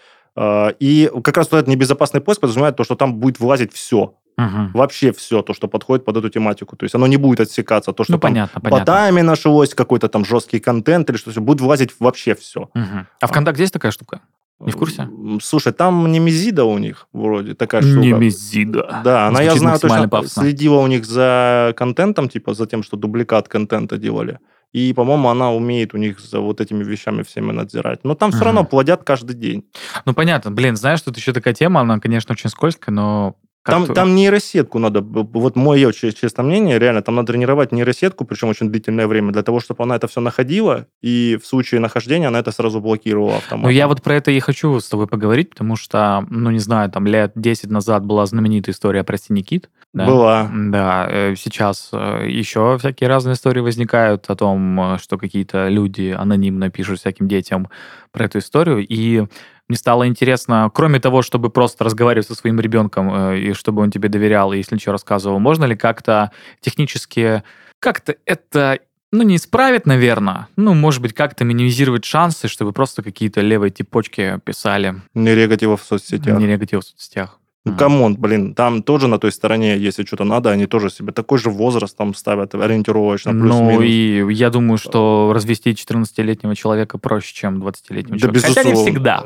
И как раз вот этот небезопасный поиск подразумевает то, что там будет вылазить все. Вообще все, то, что подходит под эту тематику. То есть оно не будет отсекаться. То, что там ботами нашлось, какой-то там жесткий контент или что-то. Будет вылазить вообще все. А ВКонтакте есть такая штука? Не в курсе? Слушай, там Немезида у них вроде такая штука. Немезида. Да, она, я знаю, точно пафосно. следила у них за контентом, типа за тем, что дубликат контента делали. И, по-моему, она умеет у них за вот этими вещами всеми надзирать. Но там все равно плодят каждый день. Ну, понятно. Блин, знаешь, тут еще такая тема, она, конечно, очень скользкая, но... Там нейросетку надо, вот мое честное мнение, реально, там надо тренировать нейросетку, причем очень длительное время, для того, чтобы она это все находила, и в случае нахождения она это сразу блокировала автоматом. Ну, я вот про это и хочу с тобой поговорить, потому что, ну, не знаю, там лет 10 назад была знаменитая история про Синикит. Да? Была. Да, сейчас еще всякие разные истории возникают о том, что какие-то люди анонимно пишут всяким детям про эту историю, и мне стало интересно, кроме того, чтобы просто разговаривать со своим ребенком, и чтобы он тебе доверял, и если что рассказывал, можно ли как-то технически, как-то это, ну, не исправить, наверное, ну, может быть, как-то минимизировать шансы, чтобы просто какие-то левые типочки писали. Не регать его в соцсетях. Не регать его в соцсетях. Ну, камон, блин, там тоже на той стороне, если что-то надо, они тоже себе такой же возраст там ставят ориентировочно, плюс-минус. Ну, и я думаю, что развести 14-летнего человека проще, чем 20-летнего человека. Безусловно. Хотя не всегда.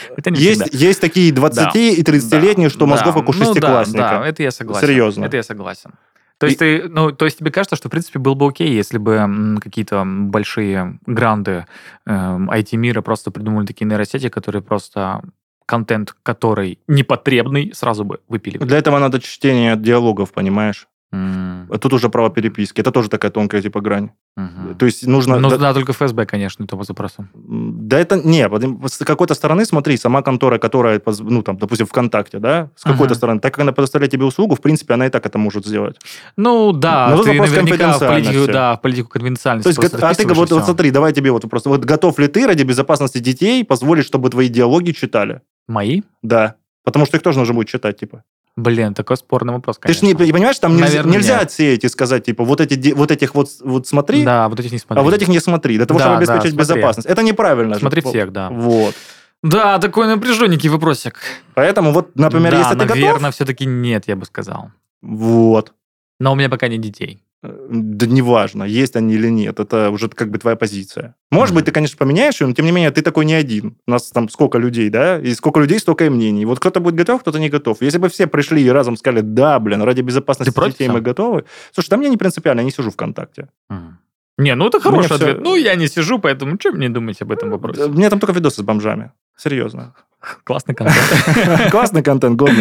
Есть такие 20 и 30-летние, что мозгов как у шестиклассника. Да, это я согласен. Серьезно. Это я согласен. То есть тебе кажется, что, в принципе, было бы окей, если бы какие-то большие гранды IT-мира просто придумали такие нейросети, которые просто... контент, который непотребный, сразу бы выпили. Для этого надо чтение диалогов, понимаешь? Тут уже право переписки. Это тоже такая тонкая типа грань. То есть нужно... Ну, да, только ФСБ, конечно, это по запросу. Да это... Не, с какой-то стороны, смотри, сама контора, которая, ну, там, допустим, ВКонтакте, да, с какой-то стороны, так как она предоставляет тебе услугу, в принципе, она и так это может сделать. Ну, да, но ты наверняка в политику конфиденциальности. То есть, а ты вот смотри, давай тебе вот просто... Вот готов ли ты ради безопасности детей позволить, чтобы твои диалоги читали? Мои? Да. Потому что их тоже нужно будет читать, типа. Блин, такой спорный вопрос, конечно. Ты же не понимаешь, там нельзя отсеять и сказать, типа, вот этих вот смотри, да, вот этих не смотри. А вот этих не смотри, для того, чтобы обеспечить безопасность. Это неправильно. Смотри всех, да. Вот. Да, такой напряженненький вопросик. Поэтому вот, например, да, если ты готов... наверное, все-таки нет, я бы сказал. Вот. Но у меня пока нет детей. Да неважно, есть они или нет, это уже как бы твоя позиция. Может быть, ты, конечно, поменяешь ее, но тем не менее ты такой не один. У нас там сколько людей, да? И сколько людей, столько и мнений. Вот кто-то будет готов, кто-то не готов. Если бы все пришли и разом сказали, да, блин, ради безопасности детей мы готовы. Слушай, да мне не принципиально, я не сижу ВКонтакте. Не, ну это хороший ответ. Ну, я не сижу, поэтому что мне думать об этом вопросе? Мне там только видосы с бомжами. Серьезно. Классный контент. Классный контент, годный.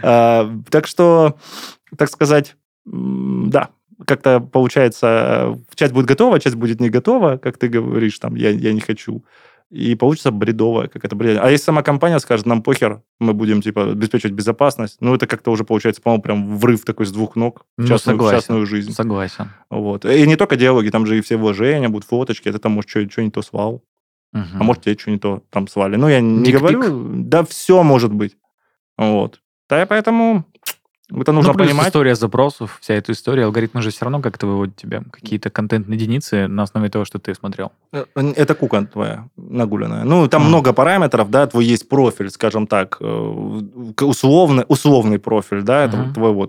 Так что, так сказать, да. Как-то получается, часть будет готова, часть будет не готова, как ты говоришь, там, я не хочу. И получится бредовая какая-то бред. А если сама компания скажет, нам похер, мы будем, типа, обеспечивать безопасность, ну, это как-то уже получается, по-моему, прям врыв такой с двух ног в частную жизнь. Согласен. Вот. И не только диалоги, там же и все вложения, будут фоточки, это там, может, что не то свал. А может, тебе что не то там свали. Ну, я не говорю, да все может быть. Вот. Да, и поэтому... Это нужно понимать. История запросов, вся эта история, алгоритмы же все равно как-то выводят тебе какие-то контентные единицы на основе того, что ты смотрел. Это кука твоя нагуленная. Ну, там много параметров, да, твой есть профиль, скажем так, условный профиль, да, это твоего там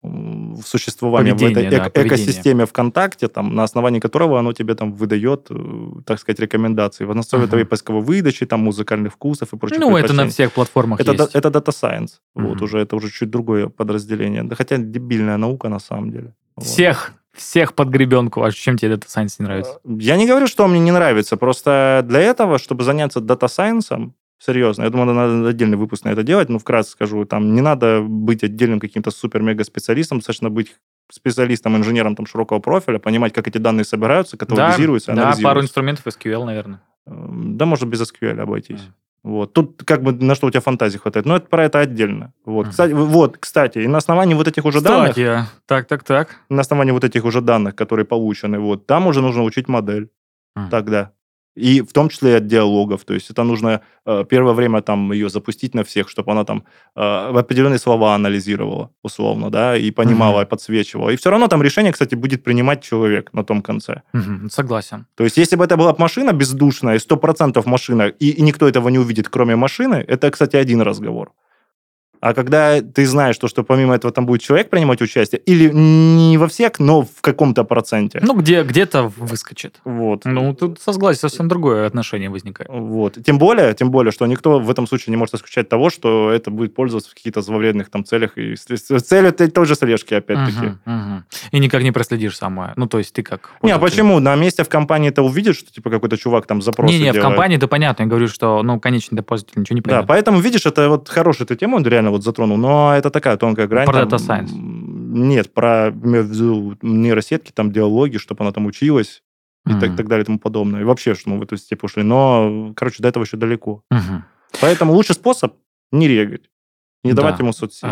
в существование Поведение, в этой поведение. экосистеме ВКонтакте, там, на основании которого оно тебе там выдает, так сказать, рекомендации. В основе твоей поисковой выдачи, там, музыкальных вкусов и прочих Ну, это на предпочтений. всех платформах Это, есть. это Data Science. Вот, Мгм. это уже чуть другое подразделение. Да, хотя дебильная наука на самом деле. Вот. Всех под гребенку. А чем тебе Data Science не нравится? Я не говорю, что он мне не нравится. Просто для этого, чтобы заняться Data Science, серьезно, я думаю, надо отдельный выпуск на это делать. Ну, вкратце скажу, там не надо быть отдельным каким-то супер-мега-специалистом, достаточно быть специалистом, инженером там, широкого профиля, понимать, как эти данные собираются, каталогизируются, Да, анализируются. пару инструментов SQL, наверное. Да, может, без SQL обойтись. Вот. Тут как бы на что у тебя фантазии хватает. Но это про это отдельно. Вот. Кстати, и на основании вот этих уже данных, Так. на основании вот этих уже данных, которые получены, вот, там уже нужно учить модель тогда. И в том числе и от диалогов. То есть это нужно первое время там ее запустить на всех, чтобы она там определенные слова анализировала, условно, да, и понимала, и подсвечивала. И все равно там решение, кстати, будет принимать человек на том конце. Согласен. То есть если бы это была машина бездушная, и 100% машина, и никто этого не увидит, кроме машины, это, кстати, один разговор. А когда ты знаешь, что помимо этого там будет человек принимать участие, или не во всех, но в каком-то проценте. Ну, где-то выскочит. Вот. Ну, тут согласен, совсем другое отношение возникает. Вот. Тем более, что никто в этом случае не может исключать того, что это будет пользоваться в каких-то зловредных там целях. И цель это тоже слежки, опять-таки. И никак не проследишь самое. Ну, то есть ты как... Не, а почему? На месте в компании ты увидишь, что типа какой-то чувак там запросы делает. в компании, да понятно. Я говорю, что, конечный пользователь ничего не поймет. Да, поэтому, видишь, это вот хорошая ты тему реально вот затронул, но это такая тонкая грань. Про там, Data Science. Нет, про нейросетки, там, диалоги, чтобы она там училась и так далее и тому подобное. И вообще, что мы в эту степь ушли. Но, короче, до этого еще далеко. Поэтому лучший способ не регать. Не давать ему соцсети.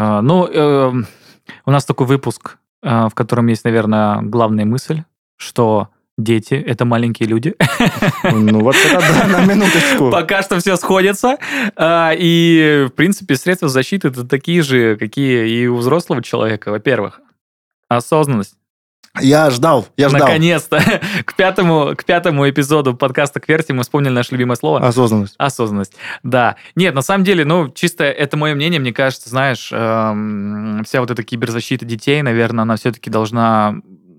У нас такой выпуск, в котором есть, наверное, главная мысль, что дети — это маленькие люди. Ну, вот это да, на минуточку. Пока что все сходится. И, в принципе, средства защиты — это такие же, какие и у взрослого человека. Во-первых, осознанность. Я ждал. Наконец-то. К пятому эпизоду подкаста «Кверти» мы вспомнили наше любимое слово. Осознанность. Да. Нет, на самом деле, чисто это мое мнение. Мне кажется, знаешь, вся вот эта киберзащита детей, наверное, она все-таки должна,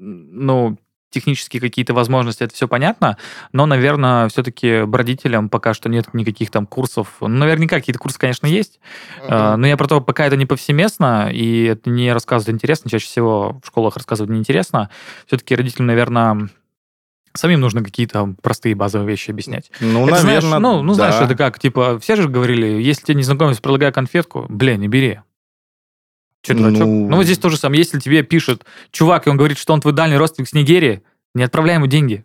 технические какие-то возможности, это все понятно, но, наверное, все-таки родителям пока что нет никаких там курсов. Наверняка какие-то курсы, конечно, есть, но я про то, пока это не повсеместно, и это не рассказывать интересно, чаще всего в школах рассказывать неинтересно, все-таки родителям, наверное, самим нужно какие-то простые базовые вещи объяснять. Наверное, знаешь, это как, типа, все же говорили, если тебе незнакомец предлагает конфетку, не бери. Че, дурачок? Вот здесь то же самое. Если тебе пишет чувак, и он говорит, что он твой дальний родственник с Нигерии, не отправляй ему деньги.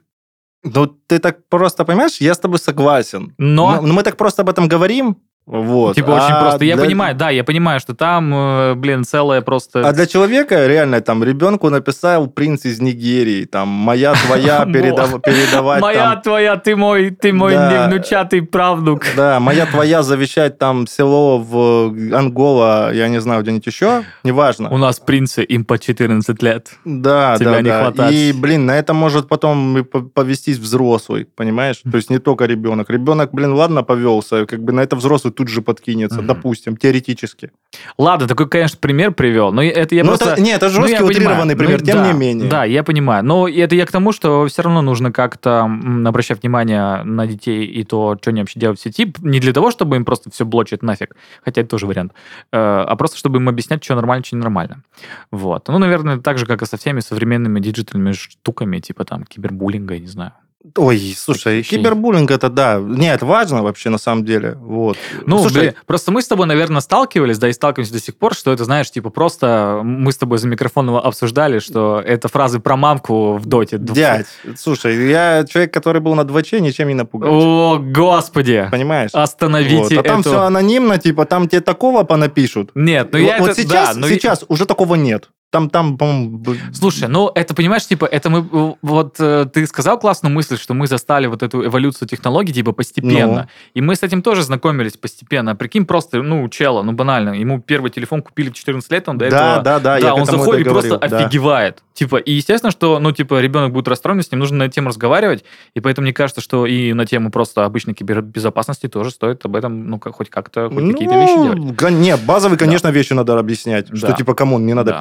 Ты так просто, понимаешь, я с тобой согласен. Но мы так просто об этом говорим. Вот. Очень просто. Я понимаю, что там, целое просто... А для человека реально там ребенку написал принц из Нигерии, там, моя твоя передавать... Моя твоя, ты мой внучатый правнук. Да, моя твоя завещать там село в Ангола, я не знаю, где-нибудь еще, неважно. У нас принцы, им по 14 лет. Да. Не хватает. И, на это может потом повестись взрослый, понимаешь? То есть не только ребенок. Ребенок, ладно, повелся, как бы на это взрослый тут же подкинется, допустим, теоретически. Ладно, такой, конечно, пример привел, но это я просто... Это жесткий, утрированный пример, тем не менее. Да, я понимаю. Но это я к тому, что все равно нужно как-то обращать внимание на детей и то, что они вообще делают в сети, не для того, чтобы им просто все блочить нафиг, хотя это тоже вариант, а просто чтобы им объяснять, что нормально, что ненормально. Вот. Наверное, так же, как и со всеми современными диджитальными штуками, типа там кибербуллинга, я не знаю. Ой, слушай, кибербуллинг это да. Нет, важно вообще на самом деле. Вот. Слушай, просто мы с тобой, наверное, сталкивались, да и сталкиваемся до сих пор, что это, знаешь, типа просто мы с тобой за микрофоном обсуждали, что это фразы про мамку в доте. Дядь, слушай, я человек, который был на 2Ч, ничем не напугал. О, господи! Понимаешь? Остановите там все анонимно, типа там тебе такого понапишут. Нет, сейчас уже такого нет. Там, по-моему... Слушай, это, понимаешь, типа, это мы... Вот ты сказал классную мысль, что мы застали вот эту эволюцию технологий, типа, постепенно. И мы с этим тоже знакомились постепенно. Прикинь, просто, чела, банально. Ему первый телефон купили в 14 лет, он до этого... Да, он заходит и просто офигевает. Типа, и естественно, что, ребенок будет расстроен, с ним нужно на эту тему разговаривать. И поэтому мне кажется, что и на тему просто обычной кибербезопасности тоже стоит об этом, хоть какие-то вещи делать. Нет, базовые, конечно, вещи надо объяснять. Что, типа, камон, не надо переходить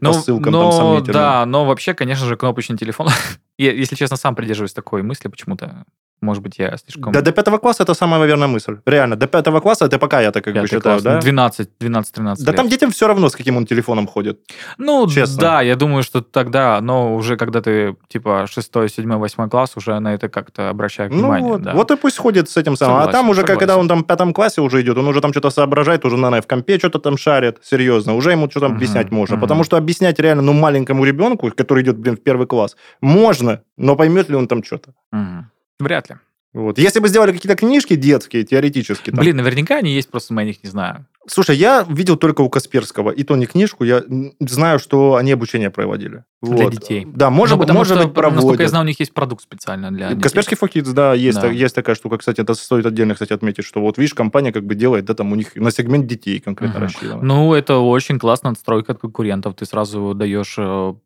по ссылкам там сомнительным. Да, но вообще, конечно же, кнопочный телефон. Я, если честно, сам придерживаюсь такой мысли почему-то. Может быть, я слишком... Да, до 5 класса это самая верная мысль. Реально, до 5 класса это пока я так как бы считаю, да? 12-13 Да лет. там детям все равно, с каким он телефоном ходит. Ну, Честно. да, я думаю, что тогда, но уже когда ты, типа, 6, 7, 8 класс, уже на это как-то обращаю внимание. Вот, да. вот и пусть ходит с этим самым. А Согласен, там уже, когда согласен. он там в 5 классе уже идет, он уже там что-то соображает, уже, наверное, в компе что-то там шарит, серьезно. Уже ему что-то объяснять можно. Потому что объяснять реально, ну, маленькому ребенку, который идет, блин, в 1 класс, можно, но поймет ли он там что-то? Вряд ли. Вот. Если бы сделали какие-то книжки детские, теоретически. Там... Блин, наверняка они есть, просто мы о них не знаем. Слушай, я видел только у Касперского, и то не книжку, я знаю, что они обучение проводили. Для Вот. детей. Да, может быть, насколько проводят. я знаю, у них есть продукт специально для детей. Касперский for Kids, да, есть, Да. есть такая штука. Кстати, это стоит отдельно, кстати, отметить, что вот, видишь, компания как бы делает, да, там у них на сегмент детей конкретно рассчитано. Ну, это очень классная отстройка от конкурентов. Ты сразу даешь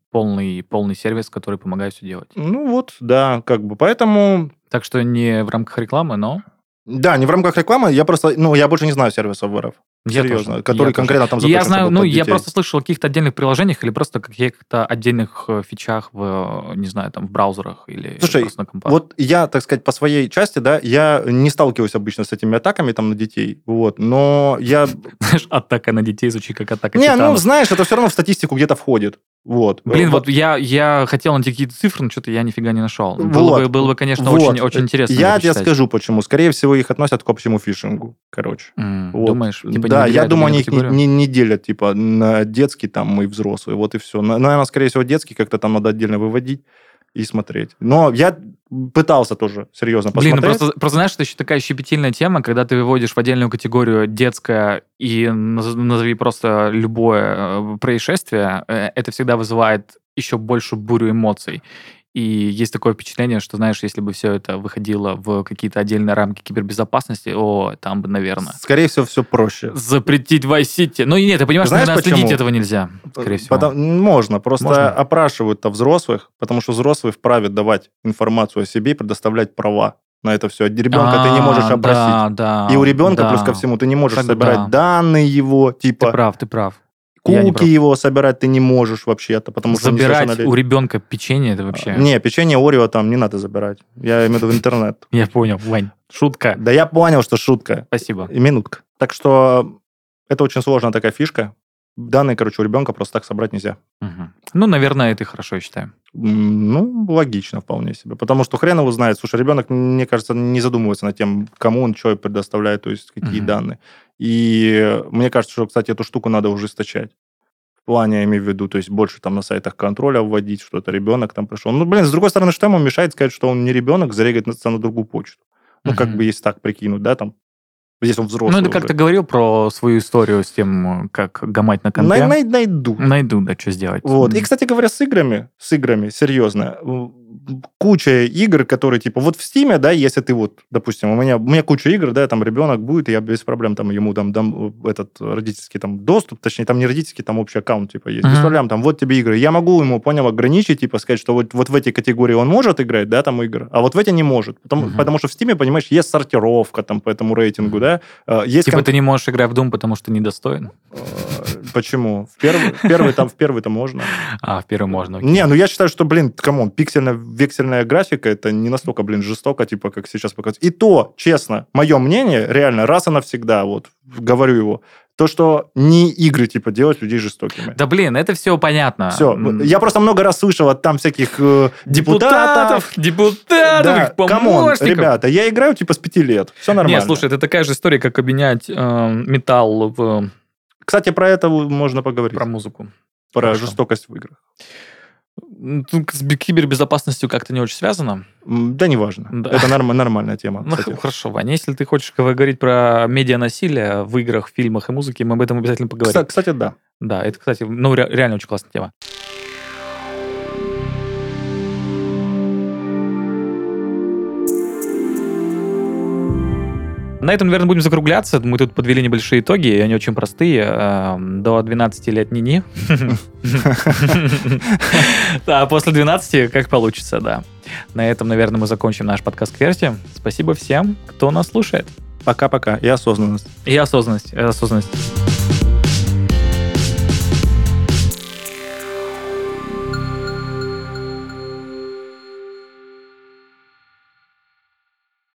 полный сервис, который помогает все делать. Ну вот, да, как бы, поэтому... Так что не в рамках рекламы, но... Да, не в рамках рекламы, я просто, ну, я больше не знаю сервисов в РФ. Серьезно, которые конкретно там заточены. Я знаю, под ну, я детей. просто слышал о каких-то отдельных приложениях или просто каких-то отдельных фичах в, не знаю, там, в браузерах или Слушай, просто на компах. вот я, так сказать, по своей части, да, я не сталкиваюсь обычно с этими атаками там на детей, вот, но я... Знаешь, атака на детей звучит как атака Не, титанов. ну, знаешь, это все равно в статистику где-то входит. Вот. Блин, вот я хотел найти какие-то цифры, но что-то я нифига не нашел. Вот. Было бы, конечно, Вот. очень интересно. Я это тебе почитать. скажу, почему. Скорее всего, их относят к общему фишингу, короче. Вот. Думаешь? Типа, Да, не я выделяют думаю, они отдельную их категорию? не делят, типа, на детский там и взрослый, вот и все. Наверное, скорее всего, детский как-то там надо отдельно выводить и смотреть. Но я пытался тоже серьезно Блин, посмотреть. ну просто знаешь, это еще такая щепетильная тема, когда ты выводишь в отдельную категорию детское и назови просто любое происшествие, это всегда вызывает еще большую бурю эмоций. И есть такое впечатление, что, знаешь, если бы все это выходило в какие-то отдельные рамки кибербезопасности, там бы, наверное... Скорее всего, все проще. Запретить Vice City. Ну, нет, ты понимаешь, Знаешь, наверное, почему? следить этого нельзя, скорее всего. Можно, просто Можно? опрашивают-то взрослых, потому что взрослые вправе давать информацию о себе и предоставлять права на это все. Ребенка ты не можешь опросить. Да, И у ребенка, да. плюс ко всему, ты не можешь Так собирать да. данные его, типа... Ты прав. Я не Куки прав. его собирать ты не можешь вообще-то, потому что он Забирать несовершеннолетний. у ребенка печенье, это вообще... Не, печенье Орео там не надо забирать. Я имею в виду в интернет. Я понял, Вань, шутка. Да я понял, что шутка. Спасибо. И минутка. Так что это очень сложная такая фишка. Данные, короче, у ребенка просто так собрать нельзя. Мгм. Ну, наверное, это хорошо, я считаю. Ну, логично вполне себе. Потому что хрен его знает. Слушай, ребенок, мне кажется, не задумывается над тем, кому он что предоставляет, то есть какие Мгм. данные. И мне кажется, что, кстати, эту штуку надо ужесточать. В плане, я имею в виду, то есть больше там на сайтах контроля вводить, что это ребенок там пришел. Ну, блин, с другой стороны, что ему мешает сказать, что он не ребенок, зарегать на другую почту? Ну, как Мгм. бы, если так прикинуть, да, там, здесь он взрослый Ну, это как уже. ты говорил про свою историю с тем, как гамать на компе. Найду. Найду, да, что сделать. Вот. И, кстати говоря, с играми, серьезно, куча игр, которые, типа, вот в Стиме, да, если ты вот, допустим, у меня куча игр, да, там ребенок будет, и я без проблем там ему дам этот родительский там доступ, точнее, там не родительский, там общий аккаунт, типа, есть. Без Мгм. проблем, там, вот тебе игры. Я могу ему, понял, ограничить, типа, сказать, что вот в эти категории он может играть, да, там игры, а вот в эти не может. Мгм. Потому что в Стиме, понимаешь, есть сортировка там по этому рейтингу, да, есть... Типа ты не можешь играть в Doom, потому что недостоин? Почему? В первый-то можно. А, в первый можно. окей. Не, ну я считаю, что, блин, камон, вексельная графика, это не настолько, блин, жестоко, типа, как сейчас показывают. И то, честно, мое мнение, реально, раз и навсегда, вот, говорю его, то, что не игры, типа, делать людей жестокими. Да, блин, это все понятно. Все. Я просто много раз слышал от там всяких депутатов. Депутатов, их камон, помощников. ребята, я играю, типа, с 5 лет. Все нормально. Не, слушай, это такая же история, как обменять металл в Кстати, про это можно поговорить. про музыку. Про Хорошо. жестокость в играх. Тут с кибербезопасностью как-то не очень связано. Да, неважно. Да. Это нормальная тема. Ну, кстати. хорошо, Ваня, если ты хочешь говорить про медианасилие в играх, фильмах и музыке, мы об этом обязательно поговорим. Кстати, да. Да, это, кстати, ну, реально очень классная тема. На этом, наверное, будем закругляться. Мы тут подвели небольшие итоги, и они очень простые. До 12 лет ни-ни. А после 12 как получится, да. На этом, наверное, мы закончим наш подкаст «Кверти». Спасибо всем, кто нас слушает. Пока-пока. И осознанность. И осознанность.